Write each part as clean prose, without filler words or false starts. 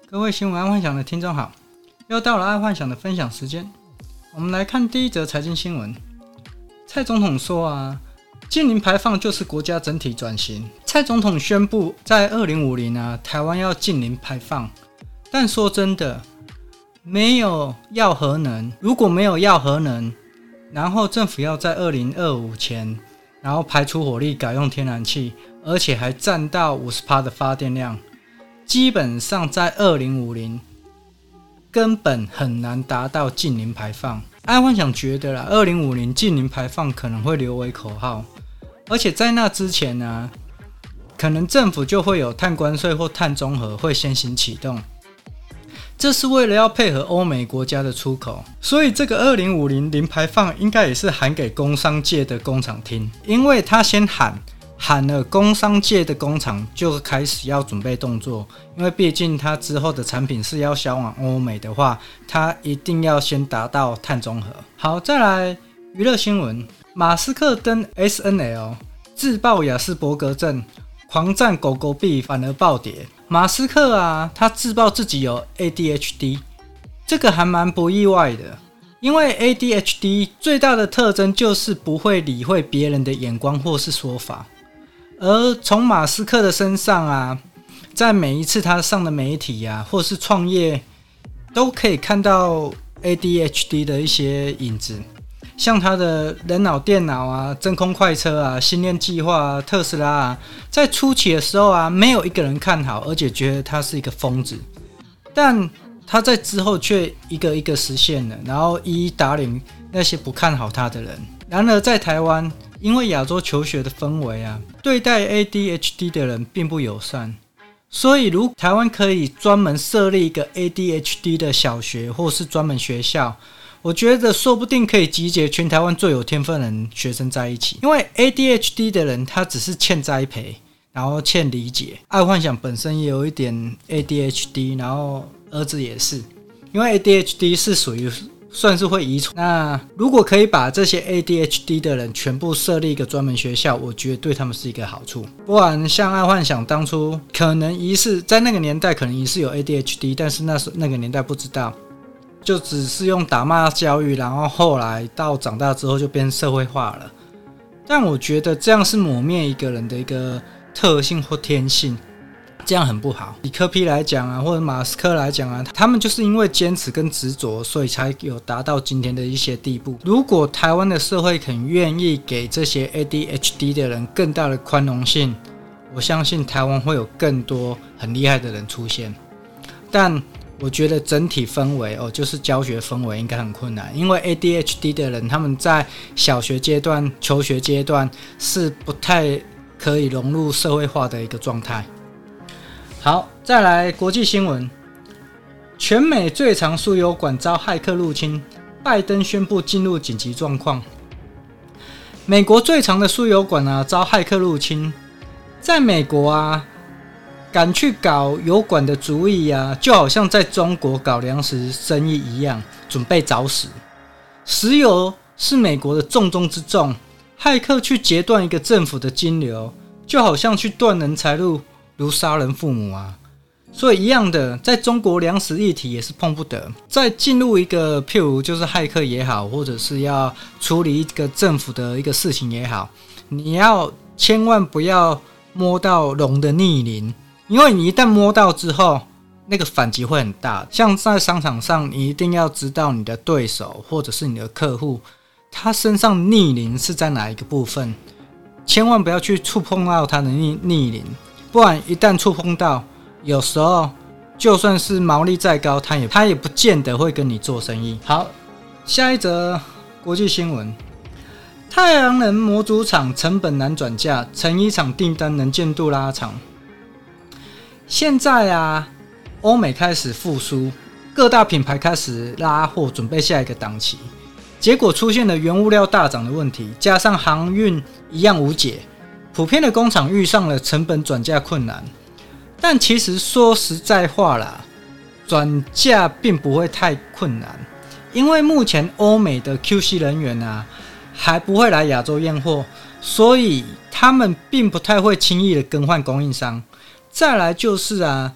各位新闻爱幻想的听众好，又到了爱幻想的分享时间。我们来看第一则财经新闻。蔡总统说净零排放就是国家整体转型。蔡总统宣布在2050台湾要净零排放。但说真的，没有要核能，如果没有要核能，然后政府要在2025前，然后排除火力改用天然气，而且还占到 50% 的发电量，基本上在2050根本很难达到净零排放。爱幻想觉得2050净零排放可能会留为口号，而且在那之前可能政府就会有碳关税或碳中和会先行启动，这是为了要配合欧美国家的出口，所以这个2050零排放应该也是喊给工商界的工厂听，因为他先喊了，工商界的工厂就开始要准备动作，因为毕竟他之后的产品是要销往欧美的话，他一定要先达到碳中和。好，再来娱乐新闻，马斯克登 SNL 自曝亚斯伯格症，狂赞狗狗币反而暴跌。马斯克他自曝自己有 ADHD， 这个还蛮不意外的，因为 ADHD 最大的特征就是不会理会别人的眼光或是说法。而从马斯克的身上在每一次他上的媒体或是创业，都可以看到 ADHD 的一些影子，像他的人脑电脑真空快车星链计划特斯拉在初期的时候没有一个人看好，而且觉得他是一个疯子，但他在之后却一个一个实现了，然后一一打脸那些不看好他的人。然而在台湾，因为亚洲求学的氛围对待 ADHD 的人并不友善，所以如台湾可以专门设立一个 ADHD 的小学或是专门学校，我觉得说不定可以集结全台湾最有天分的人学生在一起。因为 ADHD 的人他只是欠栽培，然后欠理解。爱幻想本身也有一点 ADHD， 然后儿子也是，因为 ADHD 是属于算是会遗传。那如果可以把这些 ADHD 的人全部设立一个专门学校，我觉得对他们是一个好处。不然像爱幻想当初可能疑似在那个年代可能疑似有 ADHD， 但是那个年代不知道，就只是用打骂教育，然后后来到长大之后就变社会化了。但我觉得这样是抹灭一个人的一个特性或天性，这样很不好。以柯 P 来讲或者马斯克来讲他们就是因为坚持跟执着，所以才有达到今天的一些地步。如果台湾的社会肯愿意给这些 ADHD 的人更大的宽容性，我相信台湾会有更多很厉害的人出现。但我觉得整体氛围就是教学氛围应该很困难，因为 ADHD 的人他们在小学阶段求学阶段是不太可以融入社会化的一个状态。好，再来国际新闻，全美最长输油管遭骇客入侵，拜登宣布进入紧急状况。美国最长的输油管遭骇客入侵，在美国敢去搞油管的主意就好像在中国搞粮食生意一样，准备找死。石油是美国的重中之重，骇客去截断一个政府的金流，就好像去断人财路，如杀人父母所以一样的，在中国粮食议题也是碰不得。在进入一个譬如就是骇客也好，或者是要处理一个政府的一个事情也好，你要千万不要摸到龙的逆鳞，因为你一旦摸到之后，那个反击会很大。像在商场上，你一定要知道你的对手或者是你的客户，他身上逆鳞是在哪一个部分，千万不要去触碰到他的逆鳞，不然一旦触碰到，有时候就算是毛利再高，他也不见得会跟你做生意。好，下一则国际新闻，太阳能模组厂成本难转嫁，成衣厂订单能见度拉长。现在欧美开始复苏，各大品牌开始拉货，准备下一个档期，结果出现了原物料大涨的问题，加上航运一样无解，普遍的工厂遇上了成本转嫁困难。但其实说实在话啦，转嫁并不会太困难，因为目前欧美的 QC 人员还不会来亚洲验货，所以他们并不太会轻易的更换供应商。再来就是目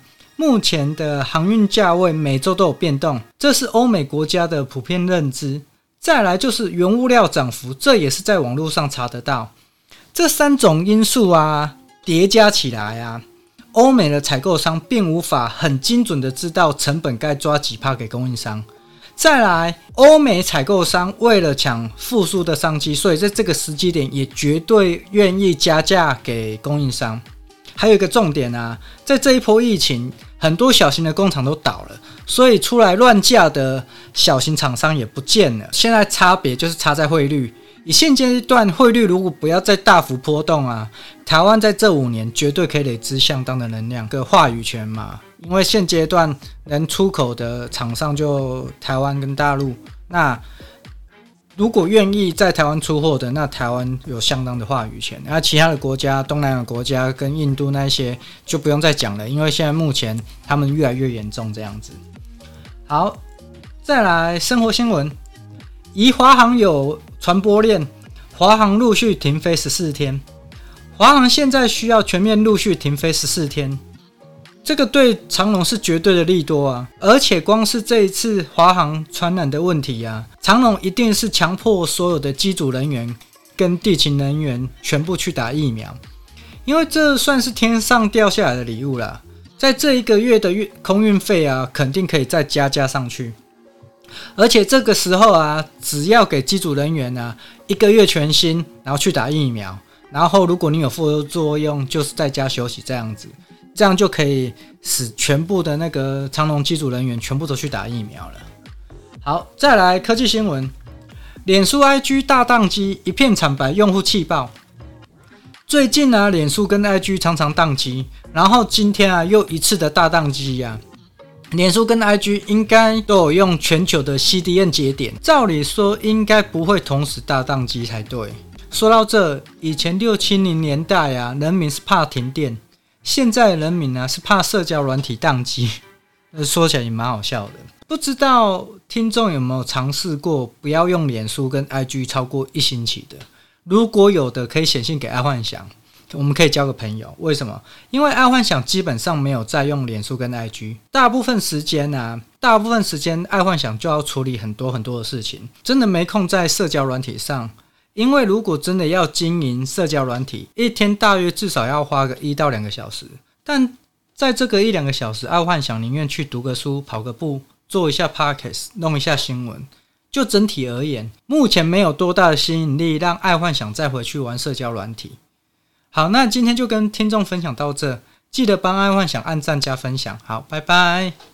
目前的航运价位每周都有变动，这是欧美国家的普遍认知。再来就是原物料涨幅，这也是在网络上查得到。这3种因素啊叠加起来啊，欧美的采购商并无法很精准的知道成本该抓几%给供应商。再来，欧美采购商为了抢复苏的商机，所以在这个时机点也绝对愿意加价给供应商。还有一个重点啊，在这一波疫情，很多小型的工厂都倒了，所以出来乱价的小型厂商也不见了。现在差别就是差在汇率。以现阶段汇率如果不要再大幅波动啊，台湾在这5年绝对可以累积相当的能量跟话语权嘛。因为现阶段能出口的厂商就台湾跟大陆，那如果愿意在台湾出货的，那台湾有相当的话语权。那其他的国家，东南亚国家跟印度那些就不用再讲了，因为现在目前他们越来越严重这样子。好，再来生活新闻，宜华航有传播链，华航陆续停飞14天。华航现在需要全面陆续停飞14天，这个对长荣是绝对的利多啊！而且光是这一次华航传染的问题啊，长荣一定是强迫所有的机组人员跟地勤人员全部去打疫苗，因为这算是天上掉下来的礼物啦。在这1个月的空运费啊，肯定可以再加上去。而且这个时候啊，只要给机组人员啊1个月全薪，然后去打疫苗，然后如果你有副作用，就是在家休息这样子，这样就可以使全部的那个长荣机组人员全部都去打疫苗了。好，再来科技新闻，脸书 IG 大宕机，一片惨白，用户气爆。最近啊，脸书跟 IG 常常宕机，然后今天啊又一次的大宕机啊。脸书跟 IG 应该都有用全球的 CDN 节点，照理说应该不会同时大宕机才对。说到这，以前6、70年代啊，人民是怕停电，现在人民啊是怕社交软体宕机，说起来也蛮好笑的。不知道听众有没有尝试过不要用脸书跟 IG 超过1星期的？如果有的，可以写信给爱幻想。我们可以交个朋友，为什么？因为爱幻想基本上没有在用脸书跟 IG， 大部分时间爱幻想就要处理很多的事情，真的没空在社交软体上。因为如果真的要经营社交软体，一天大约至少要花个1到2个小时，但在这个1、2个小时，爱幻想宁愿去读个书、跑个步、做一下 podcast、弄一下新闻。就整体而言，目前没有多大的吸引力让爱幻想再回去玩社交软体。好，那今天就跟听众分享到这，记得帮爱幻想按赞加分享。好，拜拜。